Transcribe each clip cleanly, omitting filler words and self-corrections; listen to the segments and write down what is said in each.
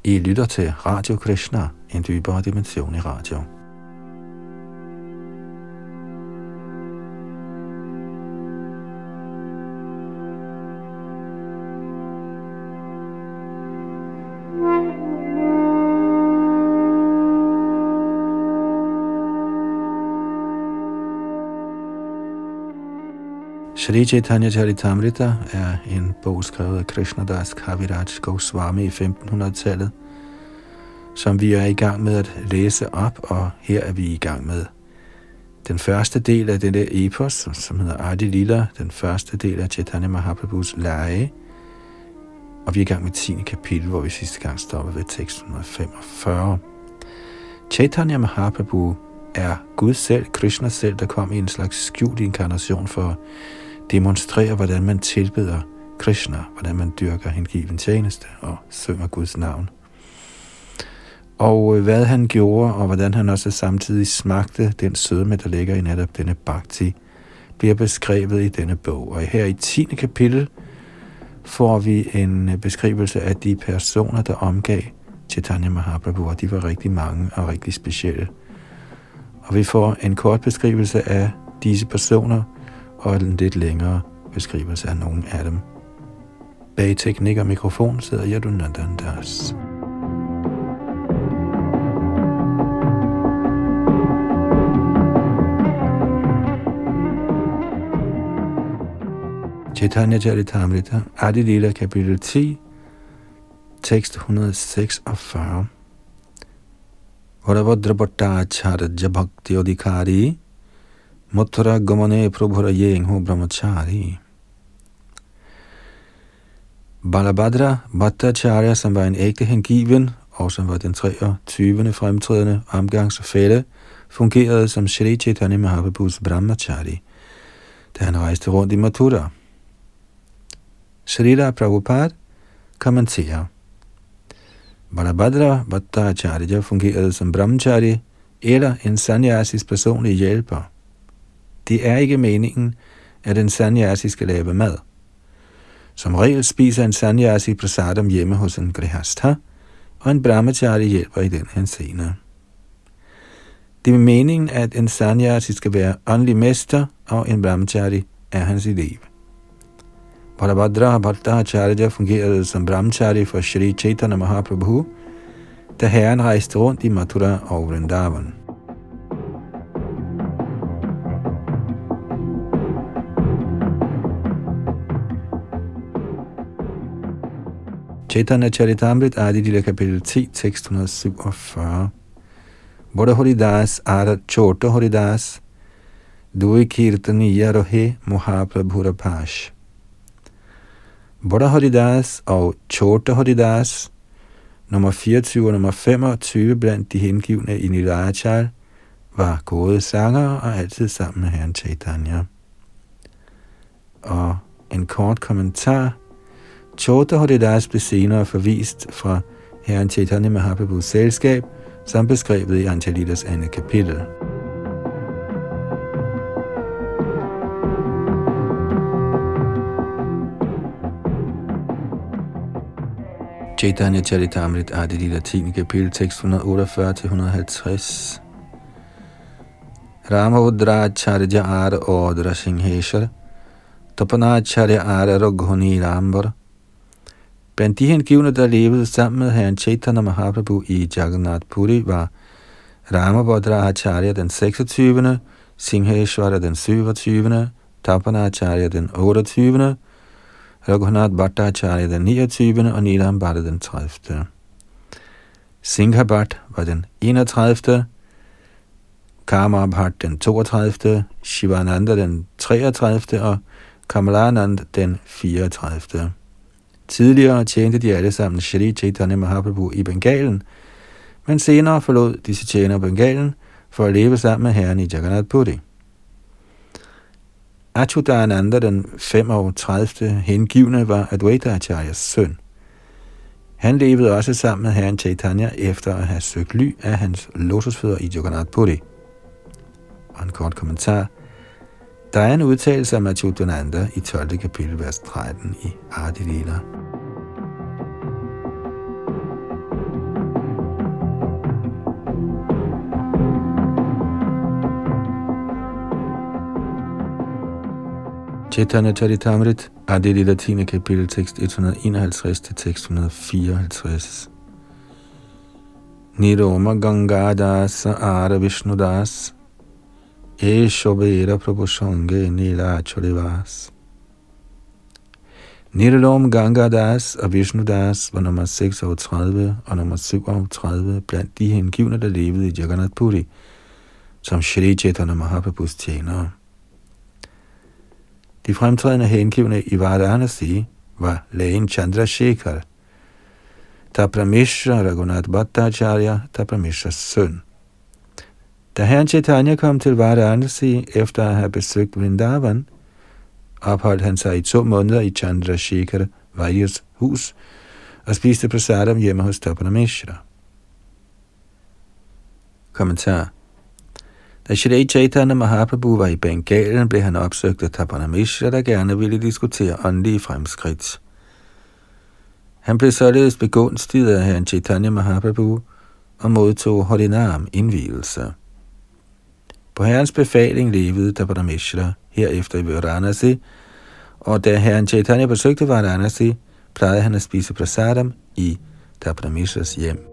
I lytter til Radio Krishna, en dybere dimension i radio. Shri Chaitanya Charitamrita er en bog skrevet af Krishnadas Kaviraj Goswami i 1500-tallet, som vi er i gang med at læse op, og her er vi i gang med den første del af denne epos, som hedder Adi Lila, den første del af Chaitanya Mahaprabhus lege, og vi er i gang med 10. kapitel, hvor vi sidste gang stoppede ved tekst 145. Chaitanya Mahaprabhu er Gud selv, Krishna selv, der kom i en slags skjult inkarnation for at demonstrere, hvordan man tilbeder Krishna, hvordan man dyrker hengiven tjeneste og synger Guds navn. Og hvad han gjorde, og hvordan han også samtidig smagte den sødme, der ligger i netop denne bhakti, bliver beskrevet i denne bog. Og her i 10. kapitel får vi en beskrivelse af de personer, der omgav Chaitanya Mahaprabhu, og de var rigtig mange og rigtig specielle. Og vi får en kort beskrivelse af disse personer, og en lidt længere beskrivelse af nogle af dem. Bag teknik og mikrofon sidder Yadunandan Das. Chaitanya Charitamrita, Adi Lila, kapitel 10, tekst 146. Varavadrabhattacharya bhakti adhikari Mathura gamane prabhura yengho brahmachari. Balabhadra Bhattacharya, som var en ægte hengiven, og som var den 23. fremtrædende omgangsfælle, fungerede som Shri Chaitanya Mahaprabhus brahmachari, da han rejste rundt i Mathura. Srila Prabhupada kommenterer: Balabhadra Bhattacharya fungerede som brahmachari eller en sannyasis personlig hjælper. Det er ikke meningen, at en sannyasis skal lave mad. Som regel spiser en sannyasis prasadam hjemme hos en grihastha, og en brahmachari hjælper i den henseende. Det er meningen, at en sannyasis skal være åndelig mester, og en brahmachari er hans elev. Balabhadra Bhattacharya fungerede som brahmachari for Shri Chaitanya Mahaprabhu, da herren rejste rundt i Mathura og Vrindavan. Chaitanya Charitamrita, Adi Lila, kapitel 10, tekst 147. Bada Haridas Ara Chota Haridas Dui Kirtaniya Rohe Mahaprabhura Pash. Bada Haridas og Chota Haridas, nummer 24 og nummer 25 blandt de hengivne i Nilachal, var gode sangere og altid sammen med herren Chaitanya. Og en kort kommentar: Chota Haridas blev senere forvist fra herren Chaitanya Mahaprabhus selskab, som beskrevet i Antalidas 2. kapitel. Chaitanya Charitamrita, Adi Lila, 10. kapitel, tekst 148-150. Ramaudracharya Ara Odra Singheshwar Tapanacharya Ara Raghuni Rambar. Blandt de hengivne, der levede sammen med herren Chaitanya Mahaprabhu i Jagannath Puri, var Ramabhadracharya den 26., Singheshwara den 27., Tapanacharya den 28., Raghunath Bhattacharya den 29. og Nilam Bhatta den 30. Singhabhat var den 31., Kamabhat den 32., Shivananda den 33. og Kamalanand den 34. Tidligere tjente de alle sammen Shri Chaitanya Mahaprabhu i Bengalen, men senere forlod disse tjenere Bengalen for at leve sammen med herren i Jagannath Puri. Achyutananda, den 35. hengivne, var Advaita Acharyas søn. Han levede også sammen med herren Chaitanya efter at have søgt ly af hans lotusfødder i Jagannath Puri. Og en kort kommentar: Der er en udtalelse om Achyutananda i 12. kapitel, vers 13 i Adi Lila. Chaitanya Charitamrit, Adi Lila 10. kapitel, tekst 151 til tekst 154. Niroma Gangadas Ara Vishnudas Eshobera Prabhusange Nila Chorivas. Nirlom Gangadas og Vishnudas var nummer 36 og nummer 37 blandt de hengivne, der levede i Jagannath Puri, som Shri Chaitanya Mahaprabhus tjenere. De fremtrædende hengivne i Varanasi var lægen Chandrasekhar, Tapramishra Raghunath Bhattacharya, Tapramishras søn. Da herren Chaitanya kom til Varanasi efter at have besøgt Vrindavan, opholdt han sig i 2 måneder i Chandrasekhar Vaidyas hus og spiste prasadam hjemme hos Tapramishra. Kommentar. Da Shri Chaitanya Mahaprabhu var i Bengalen, blev han opsøgt af Tapramishra, der gerne ville diskutere åndelige fremskridt. Han blev således begunstiget af herren Chaitanya Mahaprabhu og modtog Harinam indvielse. På herrens befaling levede Tapramishra herefter i Varanasi, og da herren Chaitanya besøgte Varanasi, plejede han at spise prasadam i Tapramishras hjem.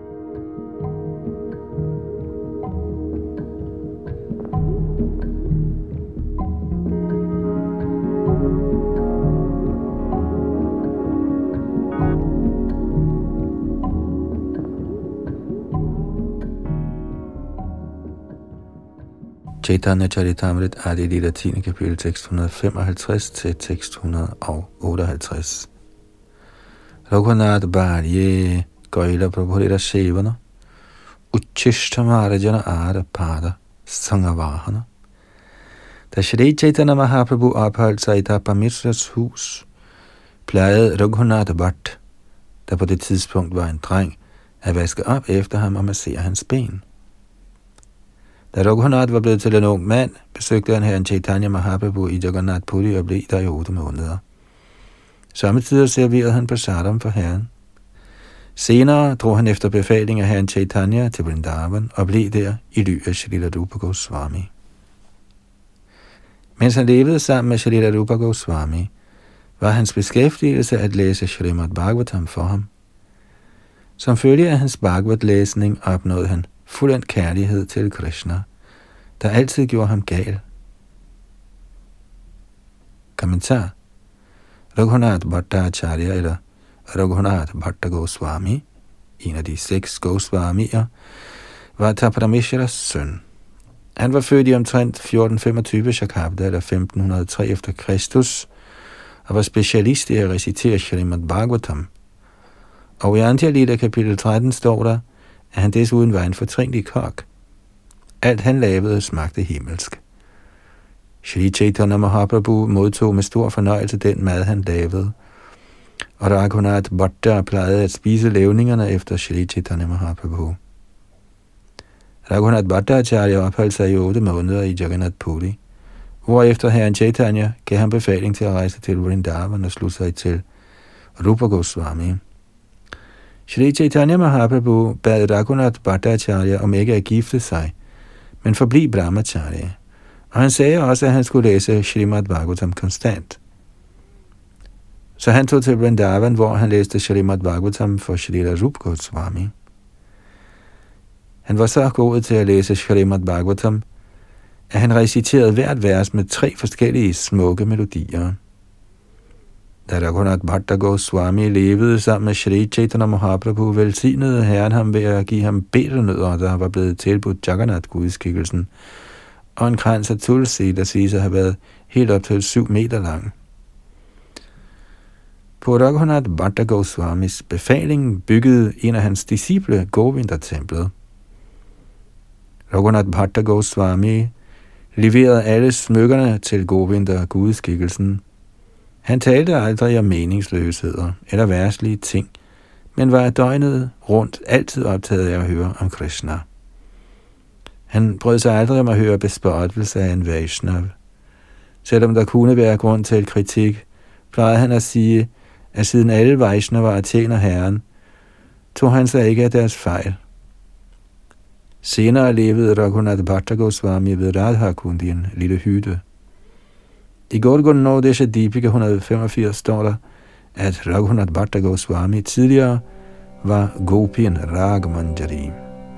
Chaitanya Charitamrit, Adi Lila 10. kapitel, tekst 155 til tekst 158. Raghunath Bharye Gaila Prabhurira Shevana Uchishtamarajana Ara Pada Sangavahana. Da Shri Chaitanya Mahaprabhu opholdt sig i Tapramishras hus, plejede Raghunath Bhatt, der på det tidspunkt var en dreng, at vaske op efter ham og massere hans ben. Da Raghunath var blevet til en ung mand, besøgte han herren Chaitanya Mahaprabhu i Jagannath Puri og blev der i 8 måneder. Samtidig serverede han prasadam for herren. Senere drog han efter befaling af herren Chaitanya til Vrindavan og blev der i ly af Shrila Rupa Goswami. Mens han levede sammen med Shrila Rupa Goswami, var hans beskæftigelse at læse Srimad Bhagavatam for ham. Som følge af hans Bhagavat-læsning opnåede han fuldendt kærlighed til Krishna, der altid gjorde ham gal. Kommentar. Raghunath Bhattacharya eller Raghunath Bhatta Goswami, en af de 6 Goswamier, var Tapramishras søn. Han var født i omtrent 1425 Shakabda eller 1503 efter Kristus, og var specialist i at recitere Srimad Bhagavatam. Og i Antya Lila kapitel 13 står der, at han desuden var en fortrinlig kok. Alt han lavede smagte himmelsk. Shri Chaitanya Mahaprabhu modtog med stor fornøjelse den mad, han lavede, og Raghunath Bhatta plejede at spise levningerne efter Shri Chaitanya Mahaprabhu. Raghunath Bhattacharya opholdt sig i 8 måneder i Jagannath Puri, hvorefter herren Chaitanya gav ham befaling til at rejse til Vrindavan og slutte sig til Rupa Goswami. Shri Chaitanya Mahaprabhu bad Raghunath Bhattacharya om ikke at gifte sig, men forblive brahmacharya, og han sagde også, at han skulle læse Srimad Bhagavatam konstant. Så han tog til Vrindavan, hvor han læste Srimad Bhagavatam for Shrila Rupa Goswami. Han var så god til at læse Srimad Bhagavatam, at han reciterede hvert vers med 3 forskellige smukke melodier. Da Raghunath Bhatta Goswami levede sammen med Shri Chaitanya Mahaprabhu, velsignede herren ham ved at give ham betelnødder, der var blevet tilbudt Jagannath-gudskikkelsen, og en krans af tulsi, der siges at have været helt op til 7 meter lang. På Raghunath Bhatta Goswamis befaling byggede en af hans disciple Govinda-templet. Raghunath Bhatta Goswami leverede alle smykkerne til Govinda-gudskikkelsen. Han talte aldrig om meningsløsheder eller værslige ting, men var døgnet rundt altid optaget af at høre om Krishna. Han brød sig aldrig om at høre bespottelse af en Vaishnav. Selvom der kunne være grund til kritik, plejede han at sige, at siden alle Vaishnavaer tjener herren, tog han sig ikke af deres fejl. Senere levede Raghunath Bhatta Goswami ved Radha Kundi, en lille hytte. I Gaudagarbha Dipika 185 står der, at Raghunath Bhatta Goswami tidligere var gopien Ragmanjari.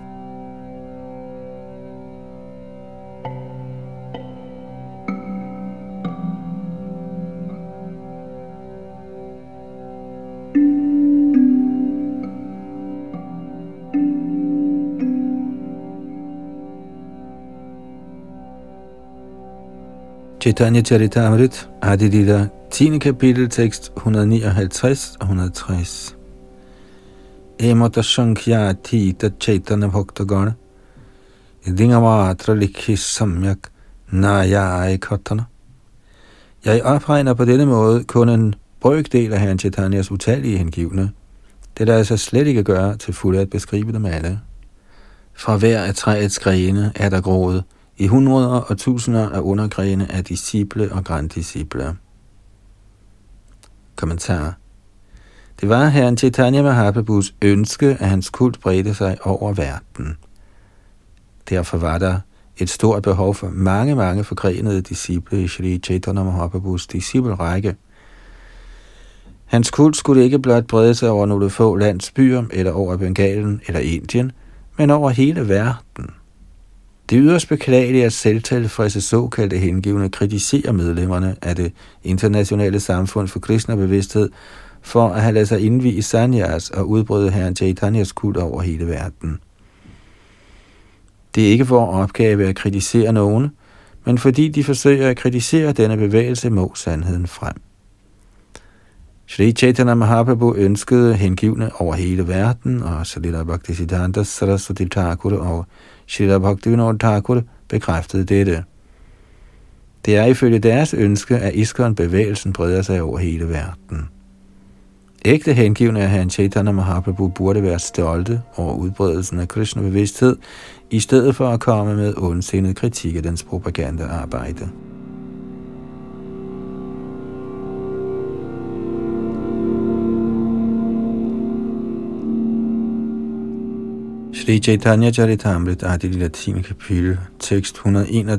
Chaitanya Charitamrita, Adi Lila, 10. kapitel, tekst 159 og 160. Emata Shankyati da Chaitanya Bhaktagana, Dingamatra Likhi Samyak Naya Katana. Jeg opregner på denne måde kun en brøkdel af herren Chaitanyas utallige hengivne. Det der altså slet ikke gør til fulde at beskrive dem alle. Fra hver af træets grene er der groet i hundreder og tusinder af undergrene af disciple og granddisciple. Kommentar. Det var herren Chaitanya Mahaprabhus ønske, at hans kult bredte sig over verden. Derfor var der et stort behov for mange forgrenede disciple i Shri Chaitanya Mahaprabhus disciplerække. Hans kult skulle ikke blot brede sig over nogle få landsbyer, eller over Bengalen eller Indien, men over hele verden. Det er yderst beklageligt, at selvtilfredse såkaldte hengivne kritiserer medlemmerne af det internationale samfund for Krishna-bevidsthed for at have ladet sig indvie i sannyas og udbryde herren Chaitanyas kult over hele verden. Det er ikke vor opgave at kritisere nogen, men fordi de forsøger at kritisere denne bevægelse, må sandheden frem. Shri Chaitanya Mahaprabhu ønskede hengivne over hele verden, og Srila Bhaktisiddhanta Saraswati Thakur og Srila Bhaktivinoda Thakur bekræftede dette. Det er ifølge deres ønske, at ISKCON-bevægelsen breder sig over hele verden. Ægte hengivne af herren Chaitanya Mahaprabhu burde være stolte over udbredelsen af Krishna-bevidsthed, i stedet for at komme med ondsindet kritik af dens propagandaarbejde. Shri Chaitanya Charitamrita, Adi Lila, 10. kapitel, tekst 161-164,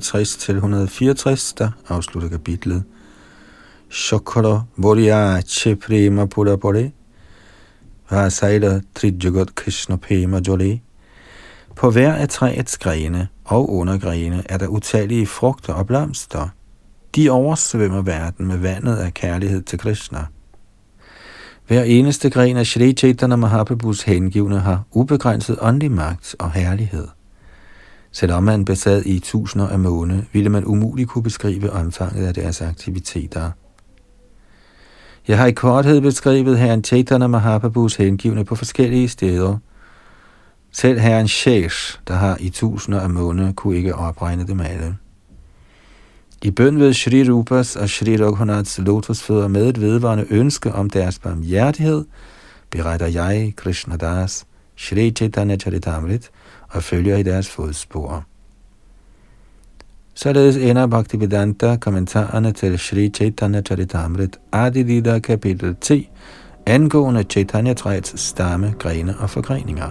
der afslutter kapitlet. Shokara Borya Cheprema Purapore Vasaila Trijagat Krishna Pema Jole. På hver af træets grene og undergrene er der utallige frugter og blomster. De oversvømmer verden med vandet af kærlighed til Krishna. Hver eneste gren af Shri Chaitanya Mahaprabhus hengivne har ubegrænset åndelig magt og herlighed. Selvom man besad i tusinder af måne, ville man umuligt kunne beskrive omfanget af deres aktiviteter. Jeg har i korthed beskrevet herren Chaitanya Mahaprabhus hengivne på forskellige steder. Selv herren Shesh, der har i tusinder af måne, kunne ikke opregne dem alle. I bøn ved Shri Rupas og Shri Raghunaths lotusfødder med et vedvarende ønske om deres barmhjertighed, beretter jeg, Krishna Das, Shri Chaitanya Charitamrita og følger i deres fodspor. Således ender Bhaktivedanta kommentarerne til Shri Chaitanya Charitamrita, Adi Lila, kapitel 10, angående Chaitanya-træets stamme, grene og forgreninger.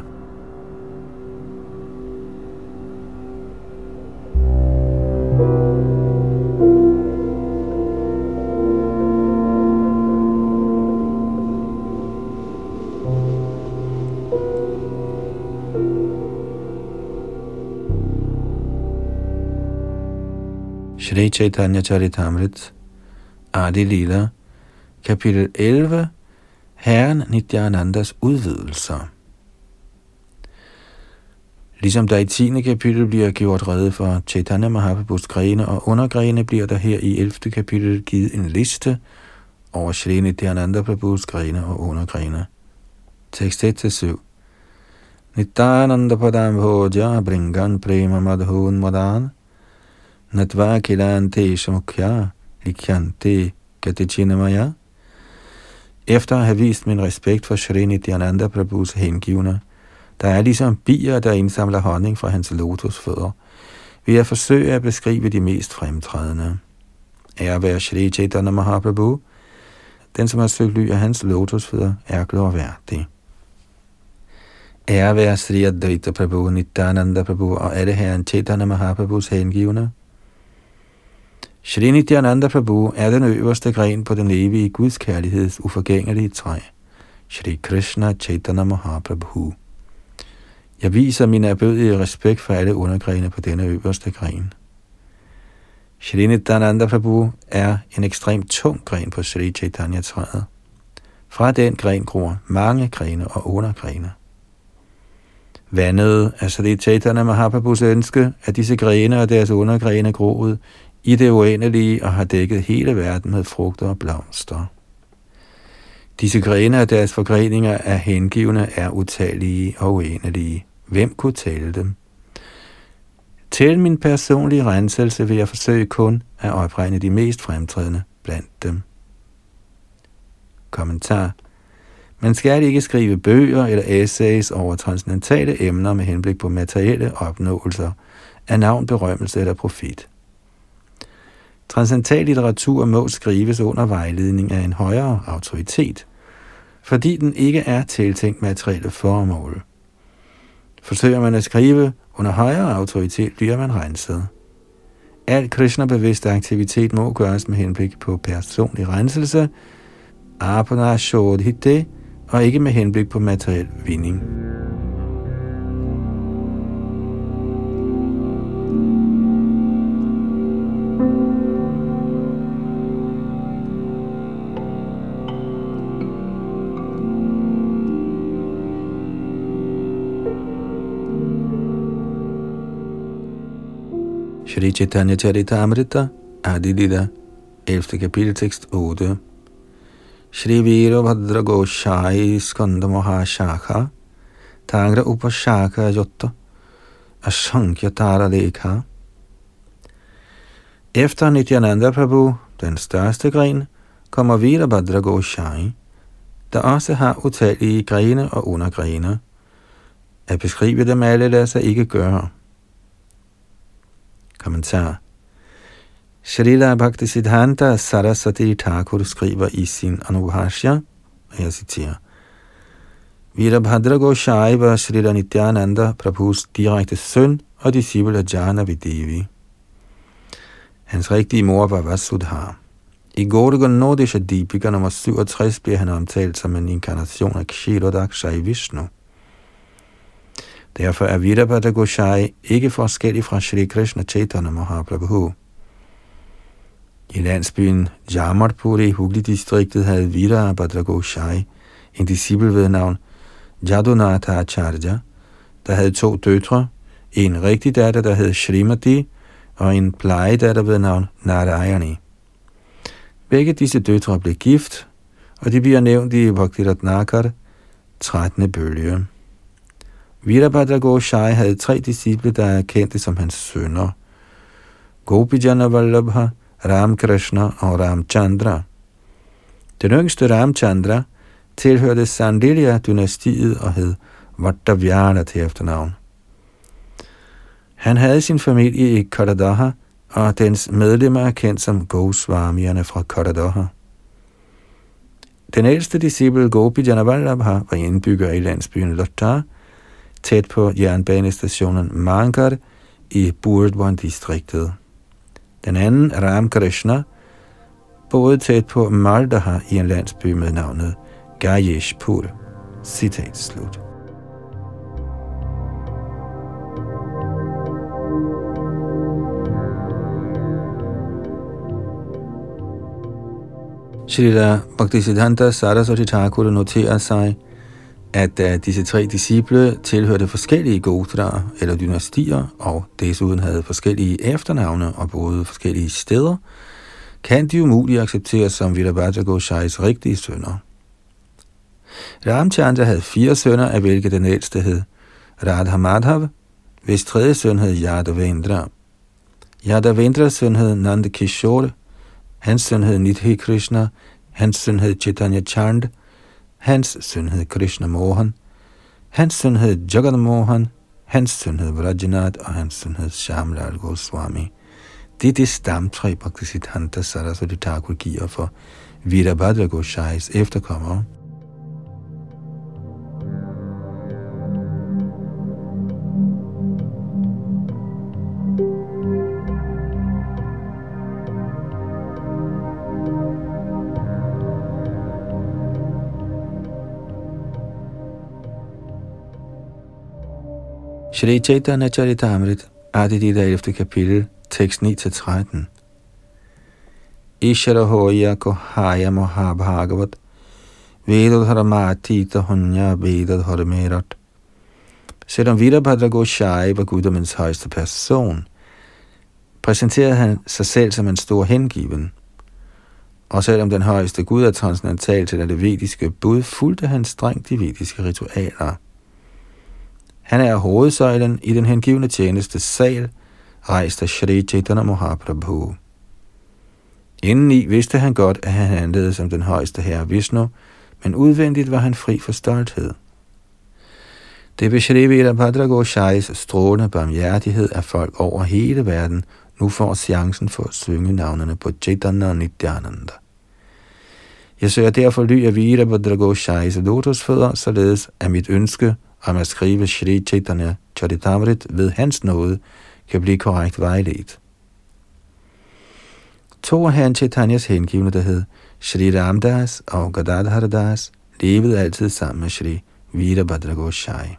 Shri Chaitanya Charitamrita, Adi Lila, kapitel 11, Herren Nityanandas udvidelser. Ligesom der i 10. kapitel bliver gjort rede for Chaitanya Mahaprabhus grene og undergrene, bliver der her i 11. kapitel givet en liste over Shri Nityananda Prabhus grene og undergrene. Tekst 1-7. Nityananda Padam Bhoja Bringan Prema Madhun Madan Natva Kilante Shamukya Likyante Gatichinamaya. Efter at have vist min respekt for Shri Nityananda Prabhus hengivne, der er ligesom bier, der indsamler honning fra hans lotusfødder, vil jeg forsøge at beskrive de mest fremtrædende. Ære være Shri Chaitanya Mahaprabhu, den som har søgt ly af hans lotusfødder, er glorværdig. Ære være Sri Advaita Prabhu, Nityananda Prabhu og alle herren Chaitanya Mahaprabhus hengivne. Shri Nityananda Prabhu er den øverste gren på den evige Guds kærligheds uforgængelige træ. Shri Krishna Chaitanya Mahaprabhu. Jeg viser min ærbødige respekt for alle undergrene på denne øverste gren. Shri Nityananda Prabhu er en ekstremt tung gren på Shri Chaitanya-træet. Fra den gren gror mange grene og undergrene. Vandet er Shri Chaitanya Mahaprabhus ønske, at disse grene og deres undergrene groede i det uendelige og har dækket hele verden med frugter og blomster. Disse grene og deres forgreninger af hengivne er utallige og uendelige. Hvem kunne tælle dem? Til min personlige renselse vil jeg forsøge kun at opregne de mest fremtrædende blandt dem. Kommentar. Man skal ikke skrive bøger eller essays over transcendentale emner med henblik på materielle opnåelser af navn, berømmelse eller profit. Transcendental litteratur må skrives under vejledning af en højere autoritet, fordi den ikke er tiltænkt materielle formål. Forsøger man at skrive under højere autoritet, bliver man renset. Al Krishna-bevidste aktivitet må gøres med henblik på personlig renselse, apana shodhite, og ikke med henblik på materiel vinding. Shri Chaitanya Charitamrita, Adilila, 11. kapitel, tekst 8. Shri Virabhadra Goshai Skanda Mahashakha, Tangra Upashaka Jota, Ashankya Tara Lekha. Efter Nityananda Prabhu, den største gren, kommer Virabhadra Goshai, der også har utallige grene og undergrene. At beskrive dem alle lader sig ikke gøre. Kommentar. Shrila Bhaktisiddhanta Saraswati Thakur skriver i sin Anubhashya, og jeg citerer: Virabhadra Goshai var Shrila Nityananda Prabhus direkte søn og disciple af Jahnavi Devi. Hans rigtige mor var Vasudha. I Gaura Nodisha Deepika nummer 67 bliver han omtalt som en inkarnation af Kshirodakshai Vishnu. Derfor er Virabhadra Goshai ikke forskellig fra Shri Krishna Chaitanya Mahaprabhu. I landsbyen Jamarpur i Hugli-distriktet havde Virabhadra Goshai en disciple ved navn Jadunatha Acharya, der havde 2 døtre, en rigtig datter, der hed Shrimati, og en plejedatter ved navn Narayani. Begge disse døtre blev gift, og de bliver nævnt i Bhakti-ratnakar, 13. bølge. Virabhadra Goshai havde 3 disciple, der er kendte som hans sønner: Gopijana Vallabha, Ramkrishna og Ramchandra. Den yngste Ramchandra tilhørte Sandilya-dynastiet og hed Vattavyala til efternavn. Han havde sin familie i Karadaha, og dens medlemmer er kendt som Goswamierne fra Karadaha. Den ældste disciple Gopijana Vallabha var indbygger i landsbyen Lotta, tæt på jernbanestationen Mangar i Burdwan-distriktet. Den anden, Ramkrishna, boede tæt på Maldaha i en landsby med navnet Gayeshpur. Citat slut. Shrila Bhaktisiddhanta Saraswati Thakur noterer sig, at da disse 3 disciple tilhørte forskellige gotraer eller dynastier, og desuden havde forskellige efternavne og boede forskellige steder, kan de umuligt accepteres som Virabhadra Goshais rigtige sønner. Ramchandra havde 4 sønner, af hvilke den ældste hed Radha Madhav, hvis 3. søn hed Yadavendra. Yadavendras søn hed Nanda Kishore, hans søn hed Nidhi Krishna, hans søn hed Chaitanya Chand, hans søn hed Krishna Mohan, hans søn hed Jagan Mohan, hans søn hed Vrajanath, og hans søn hed Shyamlal Goswami. Det er det stamtræ, Bhaktisiddhanta Saraswati Thakur giver for Virabhadra Goshais efterkommere. Shri Chaitanya Charitamrita, Adilita 11. kapitel, tekst 9-13. Ishara hoya kohaya mohabhagavat, vedadharamati tahunya vedadharamerat. Selvom Virabhadra Goswami var guddommens højeste person, præsenterede han sig selv som en stor hengiven. Og selvom den højeste Gud er transcendental til det vediske bud, fulgte han strengt de vediske ritualer. Han er hovedsøjlen i den hengivne tjeneste sal, rejst af Shri Chaitanya Mahaprabhu. Indeni vidste han godt, at han handlede som den højeste herre Vishnu, men udvendigt var han fri for stolthed. Det ved Shri Virabhadra Goswamis strålende barmhjertighed, at folk over hele verden nu får chancen for at synge navnene på Chaitanya og Nityananda. Jeg søger derfor ly af Virabhadra Goswamis lotusfødder, således at mit ønske om at skrive Shri Chaitanya Charitamrita ved hans nåde kan blive korrekt vejledt. To af herren Chaitanyas hengivne, der hed Shri Ramdas og Gadadhar Das, levede altid sammen med Shri Virabhadra Goswami.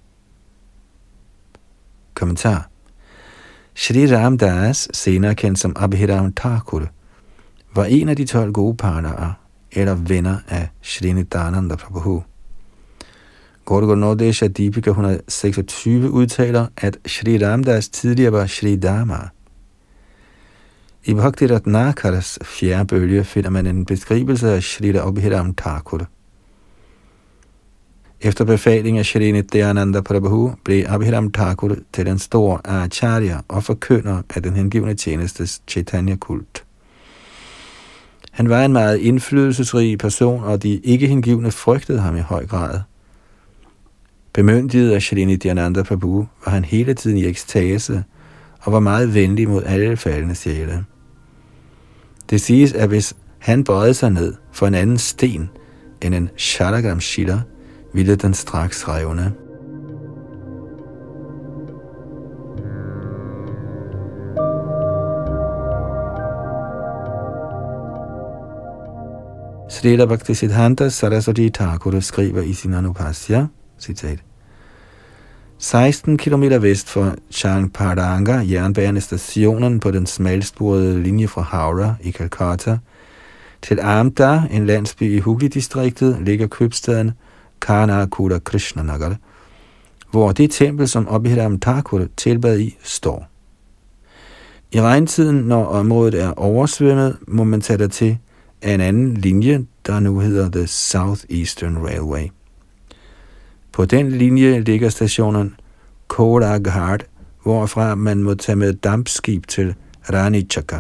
Kommentar. Shri Ramdas, senere kendt som Abhiram Thakur, var en af de 12 gode parnaer, eller venner af Shri Nityananda Prabhu. Gaura Nordesha Deepika 126 udtaler, at Shri Ramdas tidligere var Shri Dharma. I Bhakti Ratnakaras 4. bølge finder man en beskrivelse af Shri Abhiram Thakur. Efter befaling af Shri Nityananda Prabhu blev Abhiram Thakur til den store acharya og forkynder af den hengivne tjenestes Chaitanya-kult. Han var en meget indflydelsesrig person, og de ikke-hengivne frygtede ham i høj grad. Bemyndiget af Shri Nityananda Prabhu var han hele tiden i ekstase og var meget venlig mod alle faldende sjæle. Det siges, at hvis han bøjede sig ned for en anden sten end en shalagram shila, ville den straks revne. Srila Bhaktisiddhanta Saraswati Thakur skriver i sin Anupasya, citat, 16 km vest for Changparanga, jernbanestationen på den smalsporede linje fra Howrah i Calcutta, til Amda, en landsby i Hooghly-distriktet, ligger købstaden Karnakura Krishnanagar, hvor det tempel, som Abhiram Thakur tilbad i, står. I regntiden, når området er oversvømmet, må man tage der til af en anden linje, der nu hedder The Southeastern Railway. På den linje ligger stationen Koraghat, hvorfra man må tage med dampskib til Ranichaka.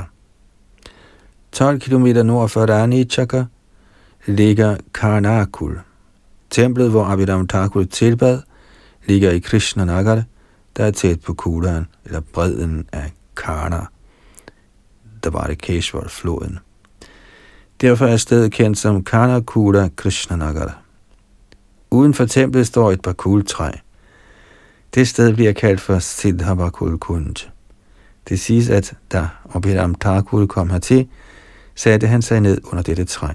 12 km nord for Ranichaka ligger Karnakul. Templet, hvor Abhiram Thakur tilbad, ligger i Krishnanagar, der er tæt på Kulan, eller bredden af Karna, der var det Keshwar-floden. Derfor er stedet kendt som Karnakura Krishnanagar. Uden for templet står et bakultræ. Det sted bliver kaldt for Siddha Bakul Kunj. Det siges, at da Abhiram Thakur kom hertil, satte han sig ned under dette træ.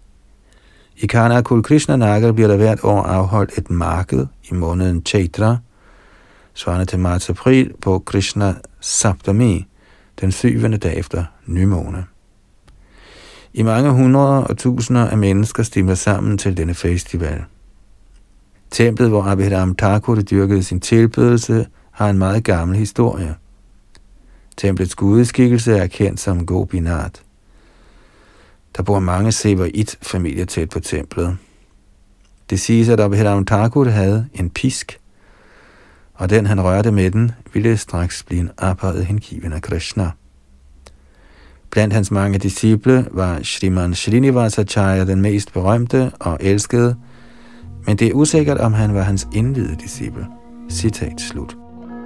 I Karnakul Krishnanagar bliver der hvert år afholdt et marked i måneden Chaitra, svarende til marts-april på Krishna Saptami, den 7. dag efter nymåne. I mange hundreder og tusinder af mennesker stimler sammen til denne festival. Templet, hvor Abhiram Thakur dyrkede sin tilbedelse, har en meget gammel historie. Templets gudeskikkelse er kendt som Gopinath. Der bor mange Sevait-familier tæt på templet. Det siges, at Abhiram Thakur havde en pisk, og den han rørte med den, ville straks blive en ophøjet hengiven af Krishna. Blandt hans mange disciple var Shriman Srinivasacharya den mest berømte og elskede, men det er usikkert, om han var hans indvidede disciple. Citat slut.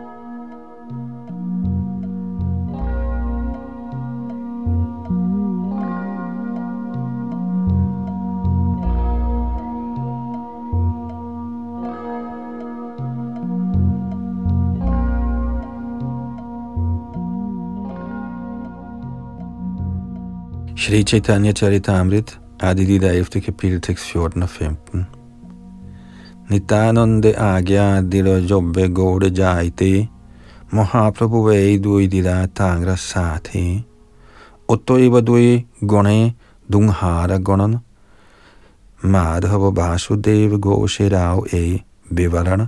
Shri Chaitanya Charitamrita, Adilita 11. kapitel, tekst 14 og 15. Nityanande agya dilo jobbe gode jaite, Mahaprabhu veidui dila tangra sati, Ottoiva dui gone dunghara gonan, Madhava Vasudeva Goshirav e Vivarana.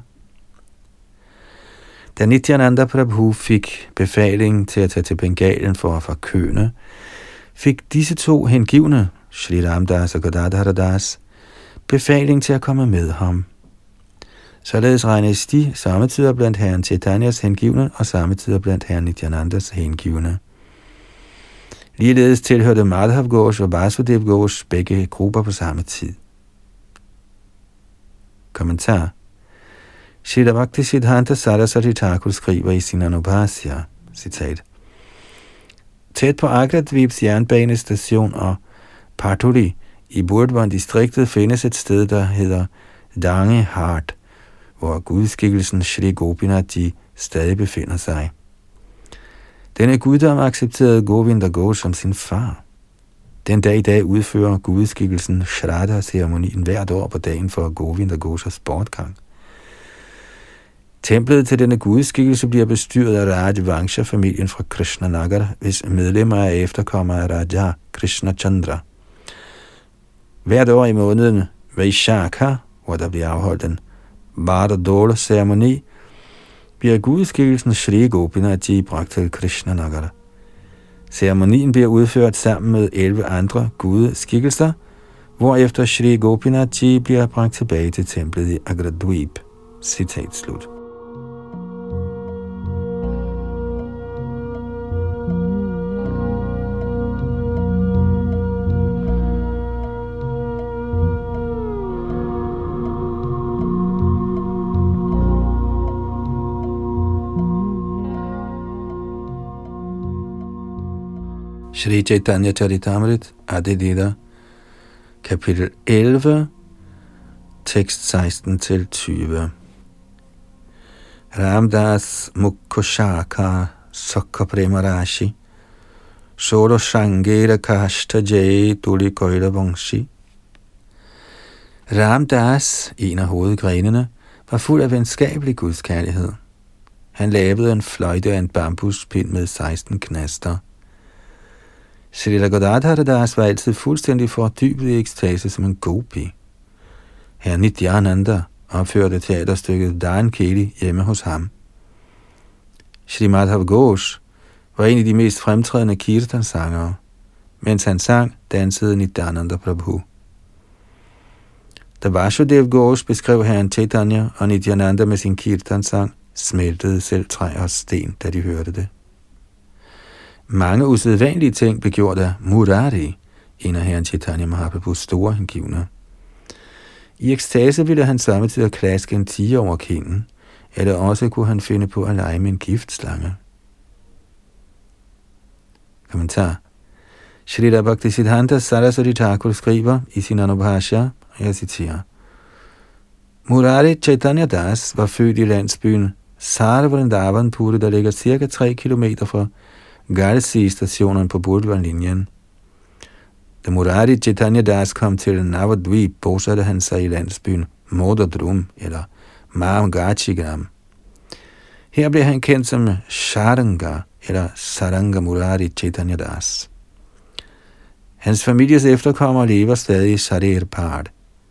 Da Nityananda Prabhu fik befaling til at tage til Bengalen for at forkynde, fik disse to hengivne, Shri Ramdas og Gadadhara Das, befaling til at komme med ham. Således regnes de samtidig blandt herren Chaitanyas hengivne og samtidig blandt herren Nityanandas hengivne. Ligeledes tilhørte Madhav Ghosh og Vasudev Ghosh begge grupper på samme tid. Kommentar. Shrila Bhaktisiddhanta Saraswati Thakur skriver i sin Anubhasya, citat: Tæt på Agra-dvibs jernbanestation og Partuli i Burdwan-distriktet findes et sted, der hedder Dangehart, hvor gudskikkelsen Shri Gopinathji stadig befinder sig. Denne guddom accepterede Govinda Ghosh som sin far. Den dag i dag udfører gudskikkelsen Shraddha-ceremonien hvert år på dagen for Govinda Ghoshas bortgang. Templet til denne gudskikkelse bliver bestyret af Rajvangsha-familien fra Krishnanagar, hvis medlemmer er efterkommere af Raja Krishnachandra. Hvert år i måneden Vaishakha, hvor der bliver afholdt en Bardadol-ceremoni, bliver gudskikkelsen Shri Gopinathji bragt til Krishnanagar. Ceremonien bliver udført sammen med 11 andre gudskikkelser, hvorefter Shri Gopinathji bliver bragt tilbage til templet i Agradvip. Citat slut. Shri Chaitanya Charitamrit, Adi Lila, kapitel 11, tekst 16-20. Ramdas Mukhoshaka Sakha Premarashi Solo Shangera Kashta Jay Tuli Koira Vangshi. Ramdas, en af hovedgrenene, var fuld af venskabelig gudskærlighed. Han lavede en fløjte af en bambuspind med 16 knaster. Srila Gadadhara Das var altid fuldstændig fordybet i ekstase som en gopi. Herr Nityananda opførte teaterstykket Dayan Keli hjemme hos ham. Shri Madhav Ghosh var en af de mest fremtrædende kirtan-sangere. Mens han sang, dansede Nityananda Prabhu. Da Vasudev Ghosh beskrev herren Chaitanya og Nityananda med sin kirtan-sang, smeltede selv træ og sten, da de hørte det. Mange usædvanlige ting blev gjort af Murari, en af herren Chaitanya Mahaprabhus store hengivne. I ekstase ville han samtidig klaske en tiger over kinden, eller også kunne han finde på at lege med en giftslange. Kommentar. Shrila Bhaktisiddhanta Saraswati Thakur skriver i sin Anubhasya, og jeg citerer: Murari Chaitanya Das var født i landsbyen Sarvrindavanpuri, der ligger cirka 3 kilometer fra Galsi-stationen på Burdwan-linjen. Da Murari Chaitanya Das kom til Navadvip, bosatte han sig i landsbyen Modadrum, eller Mahamgachigram. Her blev han kendt som Sharanga, eller Saranga Murari Chaitanya Das. Hans families efterkommere lever stadig i Sarirpad.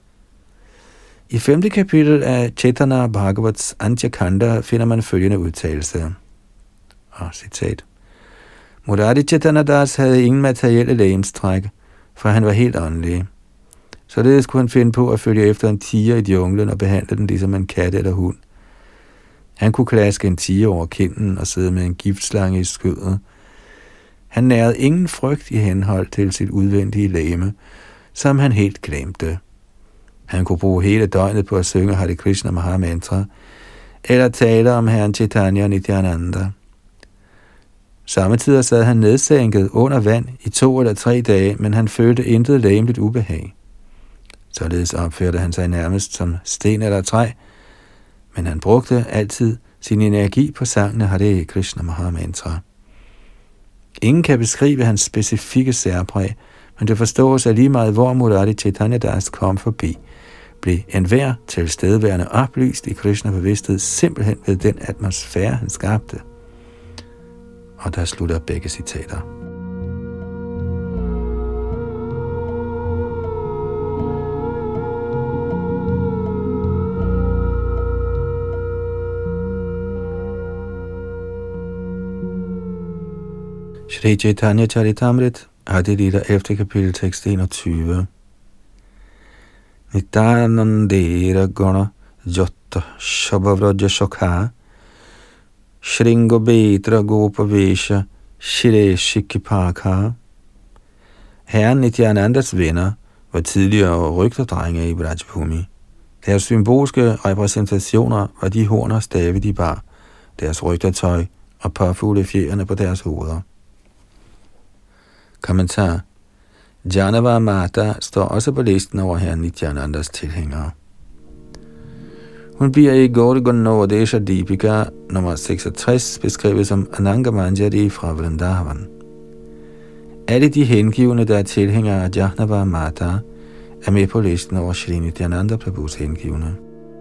I 5. kapitel af Chaitanya Bhagavats Antya-kanda finder man følgende udtalelse. Og citat: Murari Chaitanya Das havde ingen materielle legemstræk, for han var helt åndelig. Således kunne han finde på at følge efter en tiger i junglen og behandle den ligesom en kat eller hund. Han kunne klaske en tiger over kinden og sidde med en giftslange i skødet. Han nærede ingen frygt i henhold til sit udvendige legeme, som han helt glemte. Han kunne bruge hele døgnet på at synge Hare Krishna Mahamantra, eller tale om herren Chaitanya og Nityananda. Samtidig sad han nedsænket under vand i 2 eller 3 dage, men han følte intet legemligt ubehag. Således opførte han sig nærmest som sten eller træ, men han brugte altid sin energi på sangene Hare Krishna Mahamantra. Ingen kan beskrive hans specifikke særpræg, men det forstås af lige meget, hvor Murari Chaitanya Das kom forbi, blev enhver tilstedeværende oplyst i Krishna-bevidsthed simpelthen ved den atmosfære, han skabte. Og der slutter begge citater. Shri Chaitanya Charitamrit, Adi Lila efter kapitel tekst 21. Nitanandera guna jotta shabhavraja shokha Shringo betra gopavesha shire shikipaka. Herren Nityanandas venner var tidligere rygterdrenge i Vrajabhumi. Deres symbolske repræsentationer var de horn og stave, de bar, deres rygtertøj og påfugle fjerene på deres hoveder. Kommentar. Janava Mata står også på listen over herren Nityanandas tilhængere. Hun bliver i Gauriganodesha Dipika nummer 66 beskrevet som Ananga Manjari fra Vrindavan. Alle de hengivne, der er tilhængere af Janava Mata, er med på listen over Shri Nityananda Prabhus hengivne.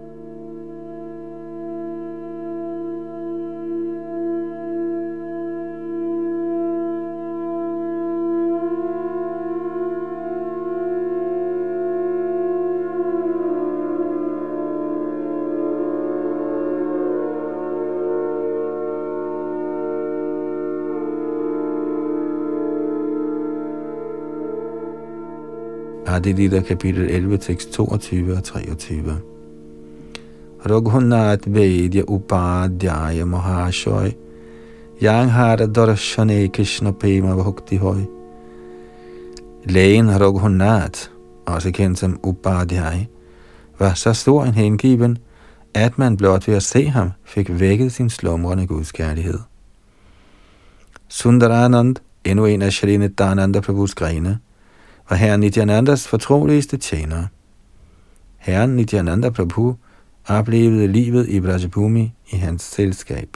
Adi Lila kapitel 11, tekst 22 og 23. Raghunath Vedya Upadhyaya Mahashoy Yanghara Darshane Krishna Prema Bhakti Hoy. Lægen Raghunath, også kendt som Upadhyaya, var så stor en hengiven, at man blot ved at se ham fik vækket sin slumrende gudskærlighed. Sundaranand, endnu en af Shri Nityananda Prabhus grene, var herren Nityanandas fortroligste tjener. Herren Nityananda Prabhu oplevede livet i Vrajabhumi i hans selskab.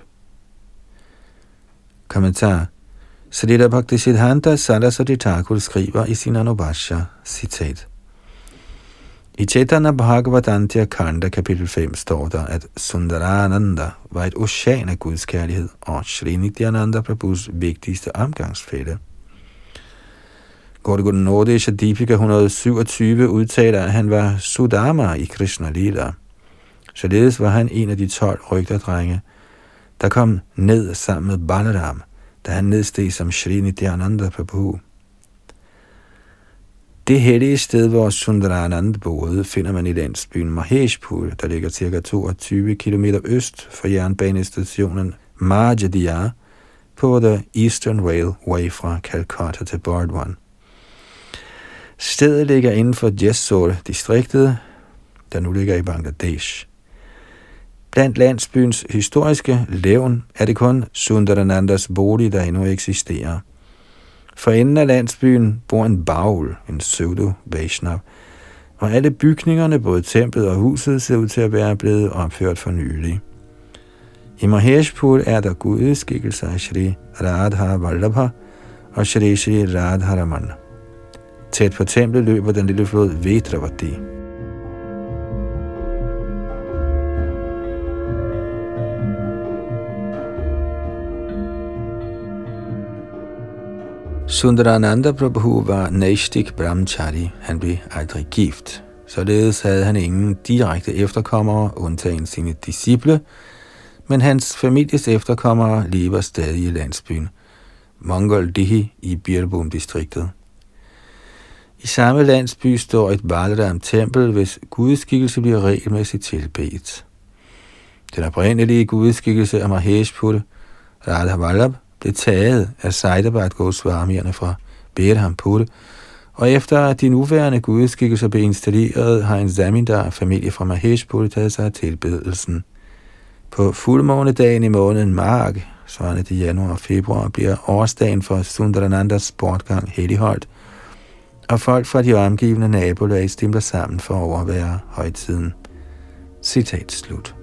Kommentar. Srila Bhaktisiddhanta Saraswati Thakur skriver i sin Anubhashya, citat: I Chaitanya Bhagavatantiya Khanda kapitel 5 står der, at Sundarananda var et ocean af Guds kærlighed og Shri Nityananda Prabhus vigtigste omgangsfælle. Gauriganodesha Dipika 127 udtaler, at han var Sudama i Krishna Lila. Således var han en af de 12 rygterdrenge, der kom ned sammen med Balaram, da han nedsteg som Shri Nityananda Prabhu. Det hellige sted, hvor Sundarananda boede, finder man i landsbyen Maheshpur, der ligger ca. 22 km øst for jernbanestationen Majadiya på The Eastern Railway fra Calcutta til Burdwan. Stedet ligger inden for Jessore-distriktet, der nu ligger i Bangladesh. Blandt landsbyens historiske levn er det kun Sundaranandas bolig, der endnu eksisterer. For enden af landsbyen bor en baul, en pseudo-Vaishnav, og alle bygningerne, både templet og huset, ser ud til at være blevet opført for nylig. I Maheshpur er der gudeskikkelser af Shri Radha Vallabha og Shri Shri Radharaman. Tæt på templet løber den lille flod Vedravati. Sundarananda Prabhu var Naishtik Brahmachari. Han blev aldrig gift. Således havde han ingen direkte efterkommere, undtagen sine disciple, men hans families efterkommere lever stadig i landsbyen Mangaldihi i Birbhum-distriktet. I samme landsby står et Balaram-tempel, hvis gudeskikkelse bliver regelmæssigt tilbedt. Den oprindelige gudeskikkelse af Maheshpur, Radha Vallabh, blev taget af Saidabad Goswamierne fra Berhampur, og efter at de nuværende gudeskikkelser blev installeret, har en zamindar-familie fra Maheshpur taget sig af tilbedelsen. På fuldmånedagen i måneden Magh, svarende til januar og februar, bliver årsdagen for Sundaranandas bortgang helligholdt, og folk fra de omgivende nabolag stimler sammen for at overvære højtiden. Citat slut.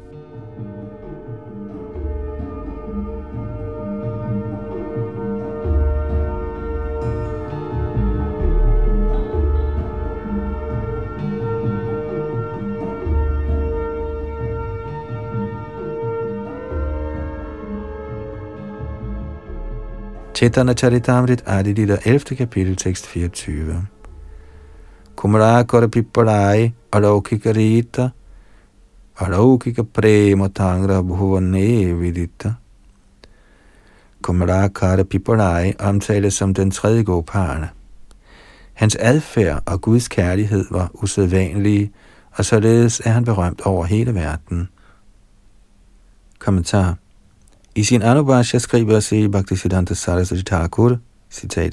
Chaitanya Charitamrita, Adi Lila, 11. kapitel, tekst 24. Kumara kara piparai, alaukika rita, alaukika prema tangra bhuvane vidita. Kumara kara piparai omtales som den tredje Gopala. Hans adfærd og Guds kærlighed var usædvanlige, og således er han berømt over hele verden. Kommentar. I sin Anubhashya skriver Sri Bhaktisiddhanta Saraswati Thakur, citat,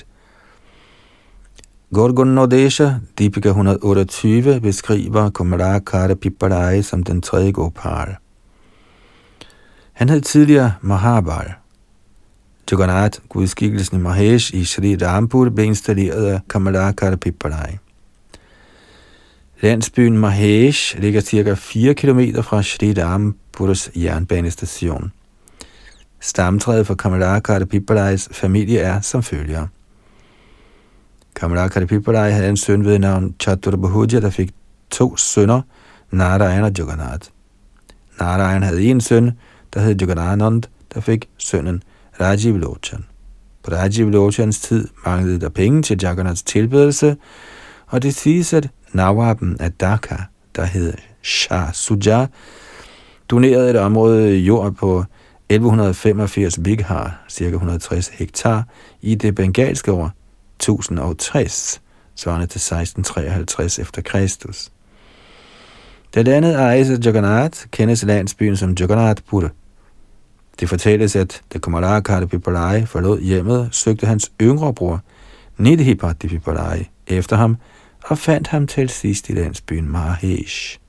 Gorgonodesha, Dipika 128, beskriver Kumara Kara Piparai som den tredje Gopal. Han hed tidligere Mahabal. Jagannath, gudskikkelsen i Mahesh i Sri Rampur, blev installeret af Kumara Kara Piparai. Landsbyen Mahesh ligger ca. 4 km fra Sri Rampurs jernbanestation. Stamtræet for Kumara Kara Piparais familie er som følger. Kumara Kara Piparai havde en søn ved navn Chaturbhuja, der fik 2 sønner, Narayan og Jagannath. Narayan havde en søn, der hed Jagannanand, der fik sønnen Rajiv Lochan. På Rajiv Lochans tid manglede der penge til Jagannaths tilbedelse, og det siges, at Nawaben af Dhaka, der hed Shah Suja, donerede et område jord på 1185 bighar, ca. 160 hektar, i det bengalske år 1060, svarende til 1653 efter Kristus. Da landet ejes af Jagannath, kendes landsbyen som Jagannathpur. Det fortælles, at da Kumara Kara Piparai forlod hjemmet, søgte hans yngre bror, Nidhipati Piparai, efter ham, og fandt ham til sidst i landsbyen Mahesh.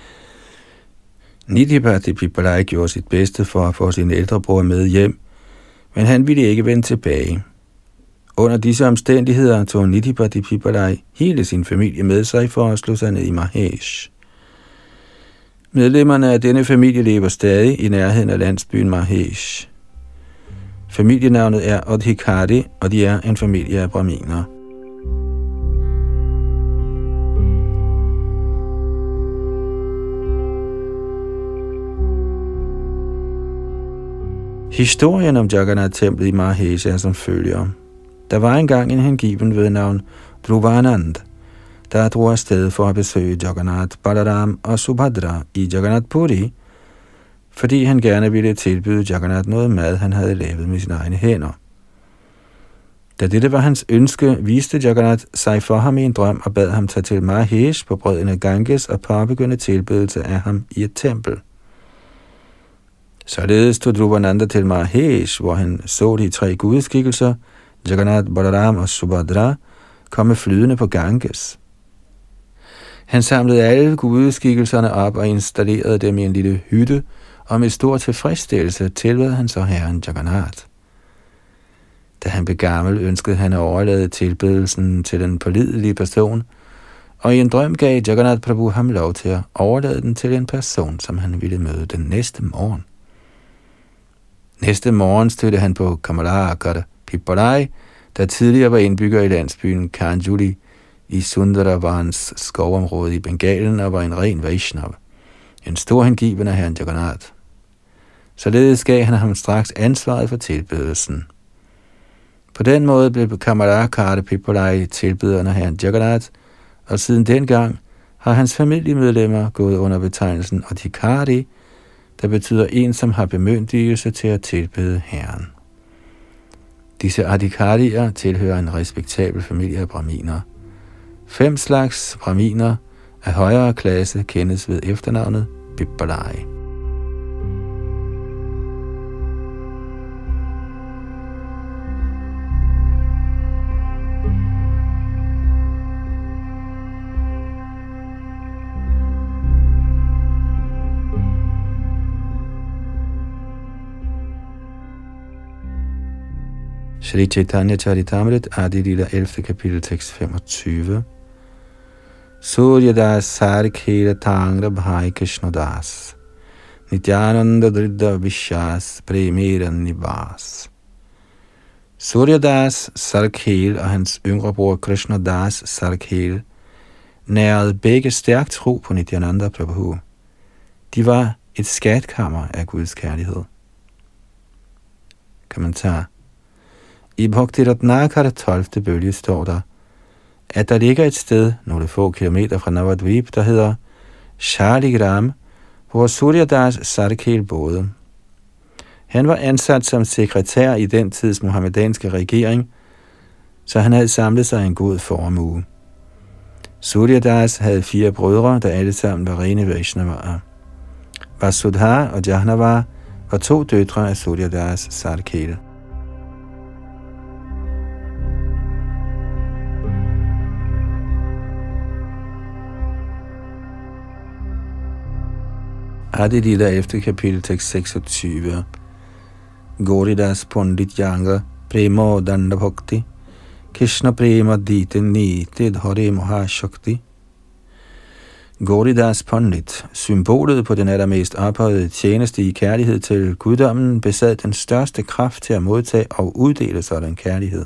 Nidhipati Piparai gjorde sit bedste for at få sin ældre bror med hjem, men han ville ikke vende tilbage. Under disse omstændigheder tog Nidhipati Piparai hele sin familie med sig for at slå sig ned i Mahesh. Medlemmerne af denne familie lever stadig i nærheden af landsbyen Mahesh. Familienavnet er Adhikari, og de er en familie af brahminer. Historien om Jagannath-templet i Mahesh er som følger. Der var engang en hengiven ved navn Dhruvanand, der drog afsted for at besøge Jagannath, Balaram og Subhadra i Jagannath Puri, fordi han gerne ville tilbyde Jagannath noget mad, han havde lavet med sine egne hænder. Da dette var hans ønske, viste Jagannath sig for ham i en drøm og bad ham tage til Mahesh på bredden af Ganges og påbegynde tilbedelse af ham i et tempel. Således tog Dhruvananda til Mahesh, hvor han så de 3 gudeskikkelser, Jagannath, Balaram og Subhadra, komme flydende på Ganges. Han samlede alle gudeskikkelserne op og installerede dem i en lille hytte, og med stor tilfredsstillelse tilbød han så herren Jagannath. Da han blev gammel, ønskede han at overlade tilbedelsen til den pålidelige person, og i en drøm gav Jagannath Prabhu ham lov til at overlade den til en person, som han ville møde den næste morgen. Næste morgen stødte han på Kumara Kara Piparai, der tidligere var indbygger i landsbyen Kanjuli i Sundaravans skovområde i Bengalen og var en ren Vaishnav, en stor hengiven af herren Jagannath. Således gav han ham straks ansvaret for tilbedelsen. På den måde blev Kumara Kara Piparai tilbederen af herren Jagannath, og siden dengang har hans familiemedlemmer gået under betegnelsen Adhikari, der betyder en, som har bemyndigelse til at tilbede herren. Disse adhikarier tilhører en respektabel familie af brahminer. 5 slags brahminer af højere klasse kendes ved efternavnet Piparai. Shri Chaitanya Charitamrita, Adi Lila, 11. kapitel, tekst 25. Suryadas Sarkhela Tangra Bhai Krishnadas Nityananda Dridda Vishas Premiran Nivas. Suryadas Sarkhel og hans yngre bror Krishnadas Sarkhel nærede begge stærkt tro på Nityananda Prabhu. De var et skatkammer af Guds kærlighed. Kommentar. I Bhakti Ratnakara 12. bølge står der, at der ligger et sted, nogle få kilometer fra Navadvip, der hedder Shaligram, hvor Suryadas Sarkhel boede. Han var ansat som sekretær i den tids muhammedanske regering, så han havde samlet sig en god formue. Suryadas havde 4 brødre, der alle sammen var rene Vaishnavaer. Vasudha og Jahnava var 2 døtre af Suryadas Sarkhel. Adi Lila efter kapitel tekst 26. Gauridas Pandit Yanga Prema Danda Bhakti Krishna Prema Dite Nite Dhare Mahashakti. Gauridas Pandit, symbolet på den allermest ophøjede tjeneste i kærlighed til guddommen, besad den største kraft til at modtage og uddele sådan kærlighed.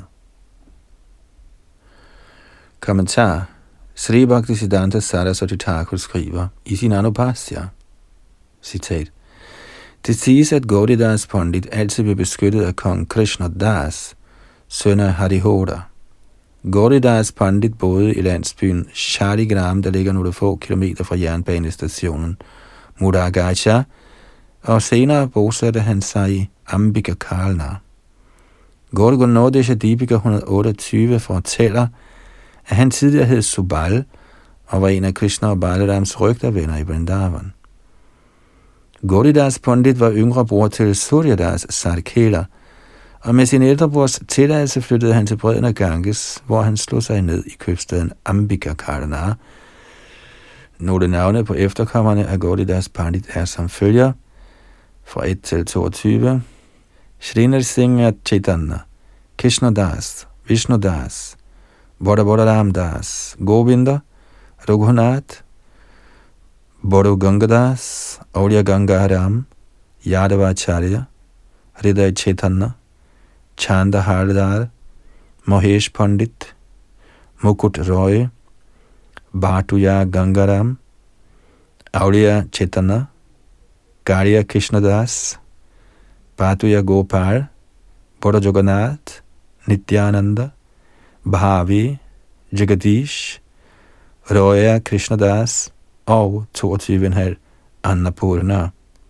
Kommentar. Sri Bhaktisiddhanta Saraswati Thakur skriver i sin Anupasya, citat, det siges, at Gauridas Pandit altid blev beskyttet af kong Krishna Das, søn af Harihoda. Gauridas Pandit boede i landsbyen Shaligram, der ligger nogle få kilometer fra jernbanestationen Muragacha, og senere bosatte han sig i Ambika Kalna. Gaurigonodesha Deepika 128 fortæller, at han tidligere hed Subal og var en af Krishna og Balarams rygtervenner i Vrindavan. Gauridas Pandit var yngre bror til Suryadas Sarkhela, og med sin ældre brors tilladelse flyttede han til bredden af Ganges, hvor han slog sig ned i købstaden Ambika Kalna. Nogle navne på efterkommerne af Gauridas Pandit er som følger, fra 1 til 22. Shri Nrsimha Chaitanya, Krishna Das, Vishnu Das, Balaram Das, Govinda, Raghunath, Bado Gangadas, Aurya Gangaram, Yadavacharya, Hriday Chaitanya, Chanda Hardar, Mahesh Pandit, Mukut Roy, Bhatuya Gangaram, Aurya Chaitanya, Garya Krishnadas, Bhatuya Gopal, Bado Jagannath, Nityananda, Bhavi, Jagadish, Roya Krishnadas og 22,5 Annapurna.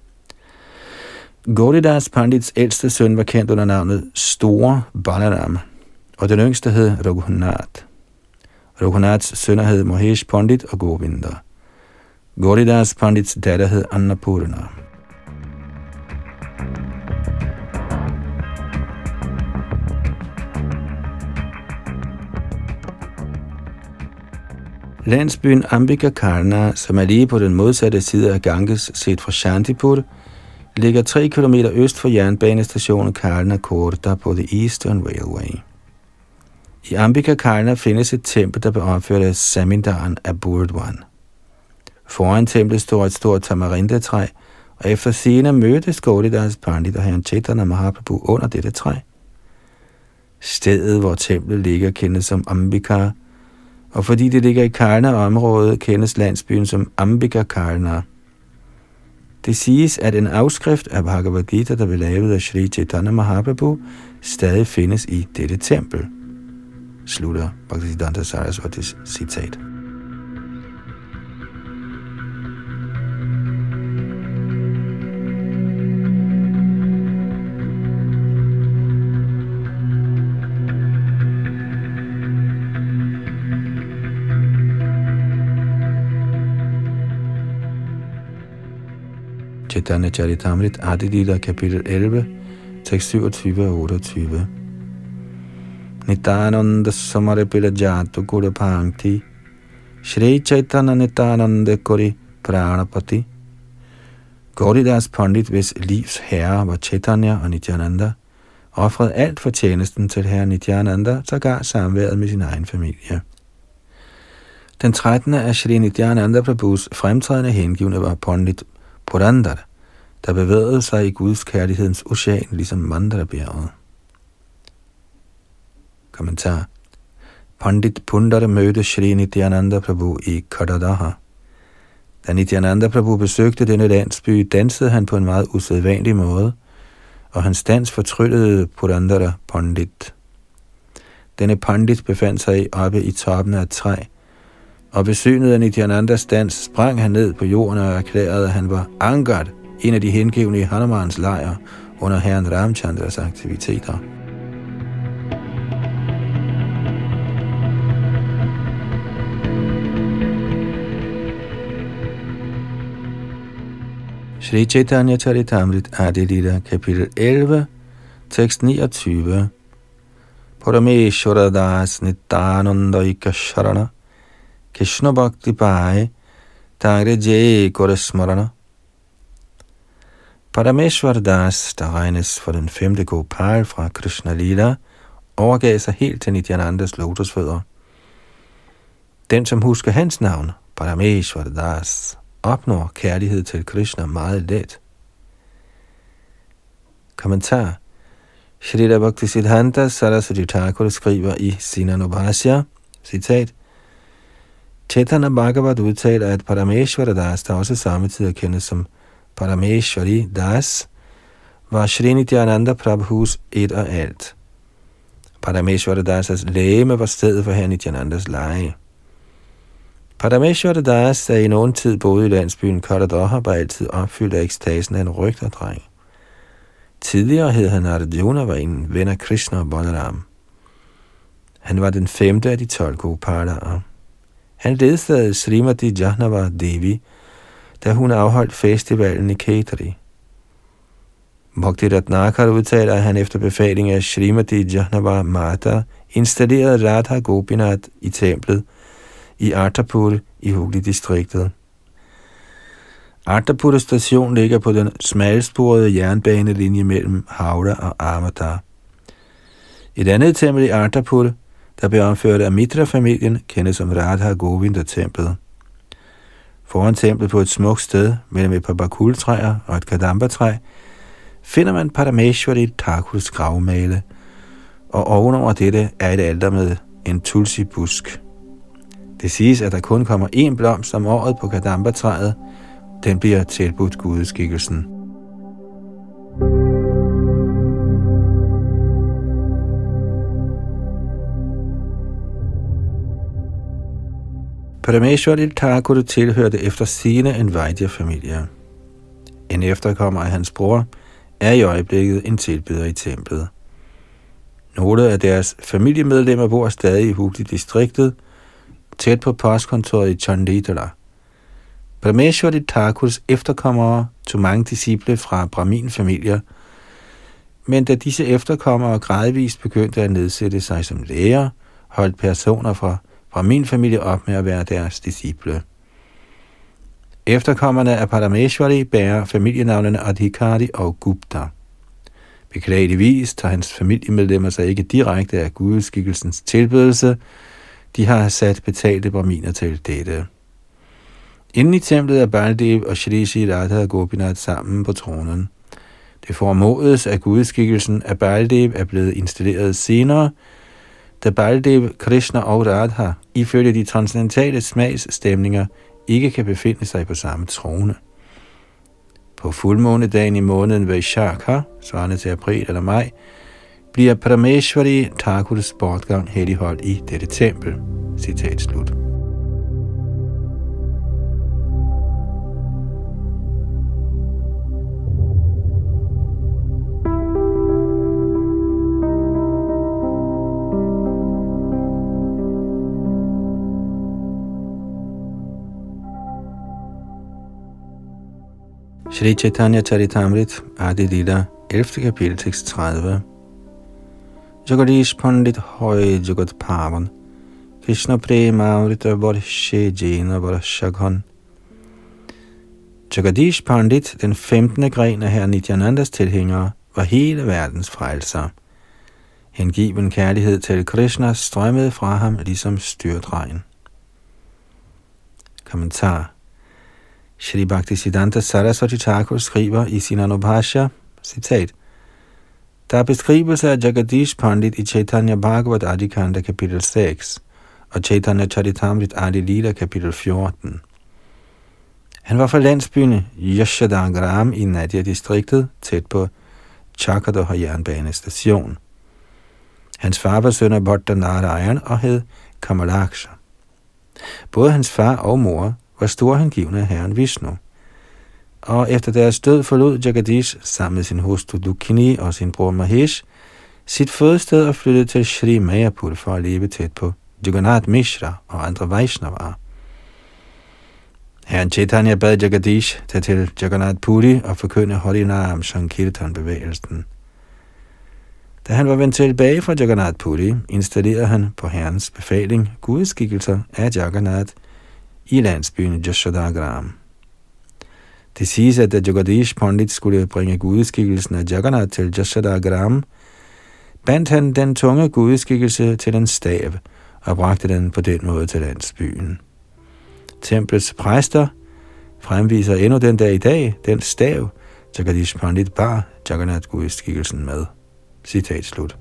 Gauridas Pandits ældste søn var kendt under navnet Store Balaram, og den yngste hed Raghunath. Raghunaths sønner hed Mahesh Pandit og Govinda. Gauridas Pandits datter hed Annapurna. Landsbyen Ambika Kalna, som er lige på den modsatte side af Ganges set fra Shantipur, ligger 3 km øst for jernbanestationen Kalna Korta på The Eastern Railway. I Ambika Kalna findes et tempel, der blev opført af Zamindaren af Burdwan. Foran templet står et stort tamarindetræ, og efter senere mødtes Gauridas Pandit og herren Chaitanya Mahaprabhu under dette træ. Stedet, hvor templet ligger, kendes som Ambika, og fordi det ligger i Kalna-området, kendes landsbyen som Ambika Kalna. Det siges, at en afskrift af Bhagavad Gita, der blev lavet af Shri Chaitanya Mahaprabhu, stadig findes i dette tempel. Slutter Bhaktisiddhanta Saraswatis citat. Chaitanya Charitamrit Adi Lila kapitel 11, tekst 27 og 28. Nitananda Samarapila Jatu Gura Pankti Shri Chaitanya Nitananda Kori Pranapati. Gauridas Pandit, hvis livs herre var Chaitanya og Nityananda, offrede alt for tjenesten til herre Nityananda, sågar samværet med sin egen familie. Den 13. af Shri Nityananda Prabhus fremtrædende hengivne var Pandit Purandar, der bevægede sig i Guds kærlighedens ocean, ligesom Mandara-bjerget. Kommentar. Pandit Pundar mødte Shri Nityananda Prabhu i Kadadaha. Da Nityananda Prabhu besøgte denne landsby, dansede han på en meget usædvanlig måde, og hans dans fortryllede Purandara Pandit. Denne pandit befandt sig oppe i toppen af et træ, og ved synet af Nityanandas dans sprang han ned på jorden og erklærede, at han var Angad, en af de hengivne i Hanumans lejr under herren Ramchandras aktiviteter. Shri Chaitanya Charitamrit Adi Lila, kapitel 11, tekst 29. Parameshwara Das Nityananda Sharana Krishna Bhakti Pai Tagre Jay Korasmarana. Parameshwar Das, der regnes for den 5. Gopal fra Krishna Lila, overgav sig helt til Nityanandas lotusfødder. Den, som husker hans navn, Parameshwar Das, opnår kærlighed til Krishna meget let. Kommentar. Shrila Bhaktisiddhanta Saraswati Thakur skriver i sin Anubhashya, citat, Chaitanya Bhagavat udtaler, at Parameshwara Das, der også samtidig kendes som Parameshwari Das, var Shri Nityananda Prabhus et og alt. Parameshwara Das' legeme var stedet for herre Nityanandas leje. Parameshwara Das, der i nogen tid boede i landsbyen Karadoha, var altid opfyldt af ekstasen af en rygterdreng. Tidligere hed han Arjuna, var en ven af Krishna og Balaram. Han var den 5. af de 12 Gopalaer. Han ledsagede Srimati Jahnava Devi, da hun afholdt festivalen i Khetri. Bhakti Ratnakar udtaler, at han efter befaling af Srimati Jahnava Mata installerede Radha Gopinath i templet i Artapur i Hooghly-distriktet. Artapur station ligger på den smalsporede jernbanelinje mellem Howrah og Ahmedabad. Et andet tempel i Artapur, der blev opført af Mitra-familien, kendes som Radha Govinda-templet. Foran templet på et smukt sted, mellem et par bakultræer og et kadamba-træ, finder man Parameshwari Thakurs gravmale, og ovenover dette er et alter med en tulsi-busk. Det siges, at der kun kommer én blomst om året på kadamba-træet. Den bliver tilbudt gudeskikkelsen. Parameshwari Thakur tilhørte efter sigende en Vaidya-familie. En efterkommer af hans bror er i øjeblikket en tilbeder i templet. Nogle af deres familiemedlemmer bor stadig i Hooghly-distriktet, tæt på postkontoret i Chanditala. Parameshwari Thakurs efterkommere tog mange disciple fra Brahmin-familier, men da disse efterkommere gradvist begyndte at nedsætte sig som læger, holdt personer fra Brahmin-familier op med at være deres disciple. Efterkommerne af Parameshwari bærer familienavnene Adhikari og Gupta. Beklageligvis tager hans familiemedlemmer sig ikke direkte af gudeskikkelsens tilbedelse. De har sat betalte brahminer til dette. Inden i templet er Baldev og Shri Radha Gopinath sammen på tronen. Det formodes, at gudeskikkelsen af Baldev er blevet installeret senere, da Baldev, Krishna og Radha ifølge de transcendentale smagsstemninger ikke kan befinde sig på samme trone. På fuldmånedagen i måneden Vaishakha, svarende til april eller maj, bliver Parameshwari Thakurs bortgang helligholdt i dette tempel. Citat slut. Shri Chaitanya Charitamrit Adi Lila, 11. kapitel, tekst 30. Jagadish Pandit Hoy Jagat Pavan Krishna Prema Amrita Varshe Jena Varshaghan. Jagadish Pandit, den 15. gren af herre Nityanandas tilhængere, var hele verdens frelser. Hengiven kærlighed til Krishna strømmede fra ham ligesom styrtregn. Kommentar. Shri Bhaktisiddhanta Saraswati Thakur skriver i sin Anubhashya, citat, der er beskrivelse af Jagadish Pandit i Chaitanya Bhagavat Adikanda kapitel 6 og Chaitanya Charitamrit Adi Lila kapitel 14. Han var fra landsbyen Yashodagram i Nadia-distriktet, tæt på Chakadoha jernbanestation. Hans far var søn af Bhatta Narayan og hed Kamalaksha. Både hans far og mor var storhengivne af herren Vishnu. Og efter deres død forlod Jagadish sammen med sin hustru Dukhini og sin bror Mahesh sit fødested og flyttede til Shri Mayapur for at leve tæt på Jagannath Mishra og andre Vaishnavaer. Herren Chaitanya bad Jagadish tage til Jagannath Puri og forkynde Harinam Sankirtan-bevægelsen. Da han var vendt tilbage fra Jagannath Puri, installerede han på herrens befaling gudeskikkelser af Jagannath i landsbyen Yashodagram. Det siges, at da Jagadish Pandit skulle bringe gudeskikkelsen af Jagannath til Yashodagram, bandt han den tunge gudeskikkelse til en stav og bragte den på den måde til landsbyen. Templets præster fremviser endnu den dag i dag den stav, Jagadish Pandit bar Jagannath gudeskikkelsen med. Citat slut.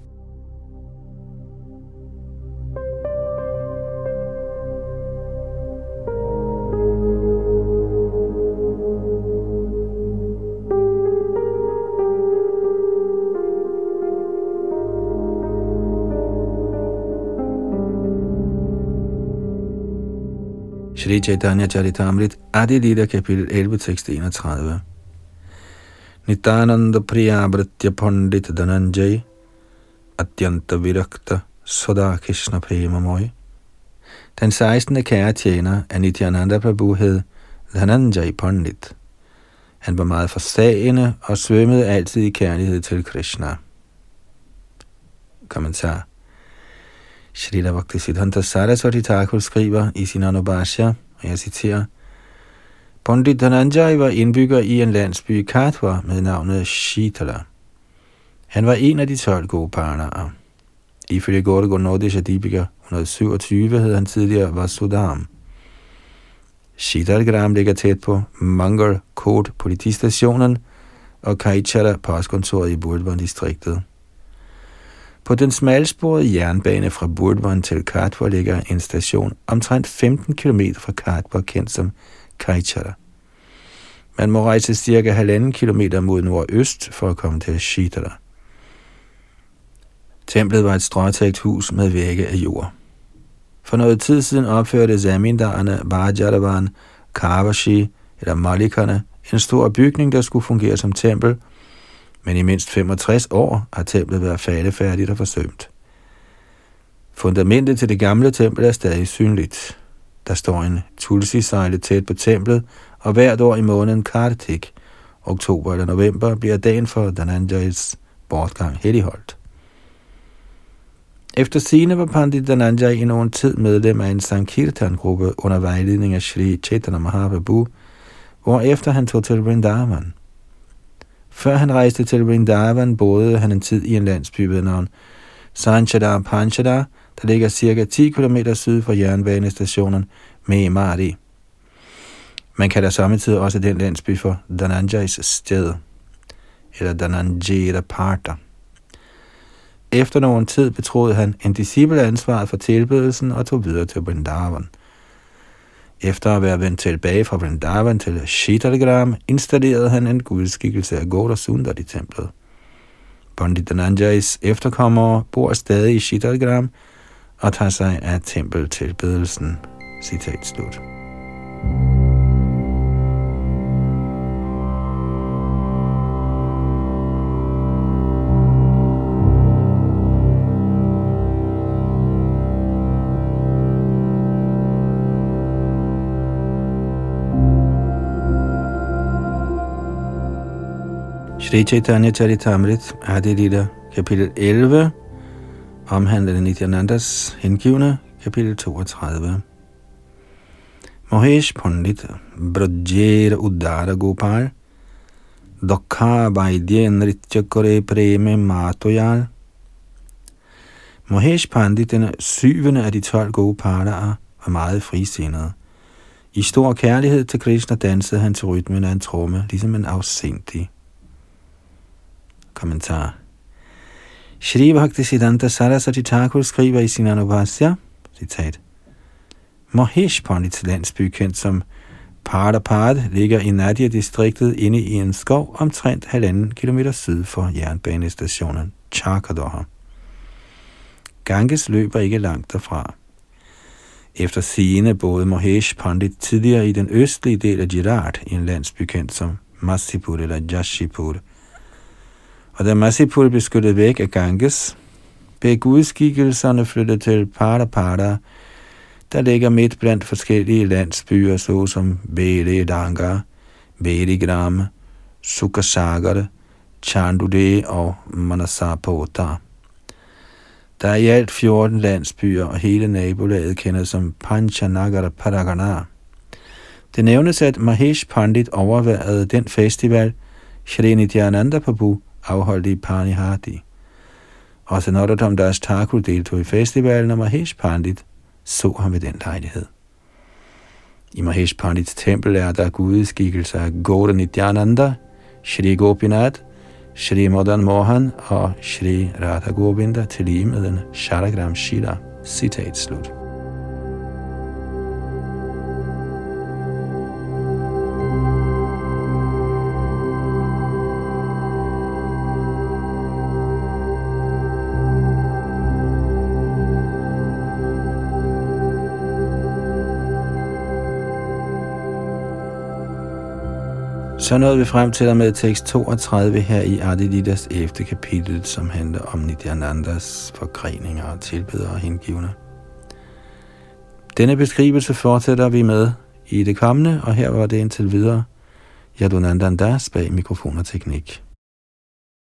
Shri Chaitanya Charitamrit, Adi Lila, kapitel 11, tekst 31. Nityananda Priya Bhritya Pandit Dhananjay Adyanta Virakta Soda Krishna Prema Moy. Den 16. kæretjener af Nityananda Prabhu hed Dhananjay Pandit. Han var meget forsagende og svømmede altid i kærlighed til Krishna. Kommentar. Shrila Bhaktisiddhanta Saraswati Thakur skriver i sin Anubhashya, og jeg citerer: Pandit Dhananjay var indbygger i en landsby i Katwa med navnet Shitala. Han var en af de 12 gode parnaer. Ifølge Gaura Nordisha Deepika 127 hed han tidligere Vasudham. Shitalagram ligger tæt på Mangal Kot politistationen og Kaichara postkontoret i Burdwan-distriktet. På den smalsporede jernbane fra Burdwan til Katwa ligger en station omtrent 15 km fra Katwa, kendt som Kaichara. Man må rejse cirka 1,5 kilometer mod nordøst for at komme til Shitala. Templet var et stråtægt hus med vægge af jord. For noget tid siden opførte zamindarerne Bhajaravan, Kavashi eller Malikerne en stor bygning, der skulle fungere som tempel, men i mindst 65 år har templet været faldefærdigt og forsømt. Fundamentet til det gamle tempel er stadig synligt. Der står en tulsi-sejle tæt på templet, og hvert år i måneden Kartik, oktober eller november, bliver dagen for Dhananjay's bortgang helligholdt. Efter sigende var Pandit Dhananjay i nogen tid medlem af en Sankirtan-gruppe under vejledning af Shri Chaitanya Mahaprabhu, hvorefter han tog til Vrindavan. Før han rejste til Vrindavan, boede han en tid i en landsby ved navn Sanchada Panchada, der ligger cirka 10 km syd for jernbanestationen Memari. Man kalder samtidig også den landsby for Dhananjays sted, eller Dhananjaya Parta. Efter nogen tid betroede han en disciple ansvaret for tilbedelsen og tog videre til Vrindavan. Efter at være vendt tilbage fra Vrindavan til Shitalagram, installerede han en gudskikkelse af Gaura Sundar i templet. Pandit Dhananjays efterkommere bor stadig i Shitalagram og tager sig af tempeltilbedelsen. Citat slut. Shri Chaitanya Charitamrit, Adi Lila, kapitel 11, omhandler Nityanandas hengivne, kapitel 32. Mahesh Pandit, Brajera Uddara Gopal, Dokha Vaidya Nritya Kore Preme Matoyal. Mahesh Pandit, den 7. af de 12 gode pardaer, var meget frisindet. I stor kærlighed til Krishna dansede han til rytmen af en tromme, ligesom en afsindig. Kommentar. Shri Bhaktisiddhanta Saraswati Thakur skriver i sin Anubhashya, citat: Mahesh Pandits landsby, kendt som Pardapad, ligger i Nadia-distriktet inde i en skov omtrent 1,5 kilometer syd for jernbanestationen Chakadora. Ganges løber ikke langt derfra. Efter sigende boede Mahesh Pandit tidligere i den østlige del af Gujarat, i en landsby kendt som Masipur eller Jashipur. Og da Masipur blev skyllet væk af Ganges, blev gudskikkelserne flyttet til Parapada, der ligger midt blandt forskellige landsbyer, såsom Beledanga, Beligram, Sukasagar, Chandude og Manasapota. Der er i alt 14 landsbyer, og hele nabolaget kendes som Panchanagar Paragana. Det nævnes, at Mahesh Pandit overværede den festival, Shri Nityananda Prabhu afholdt i Panihati. Også Narottam Das Thakur deltog i festivalen, og Mahesh Pandit så ham ved den lejlighed. I Mahesh Pandits tempel er der gudeskikkelser af Gaura Nityananda, Shri Gopinath, Shri Madan Mohan og Shri Radha Govinda til med en Sharagram Shila. Citat slut. Så nåede vi frem til med tekst 32 her i Adilidas 11. kapitel, som handler om Nityanandas forgreninger og tilbedere og hengivne. Denne beskrivelse fortsætter vi med i det kommende, og her var det indtil videre Yadunandan Das bag mikrofon og teknik.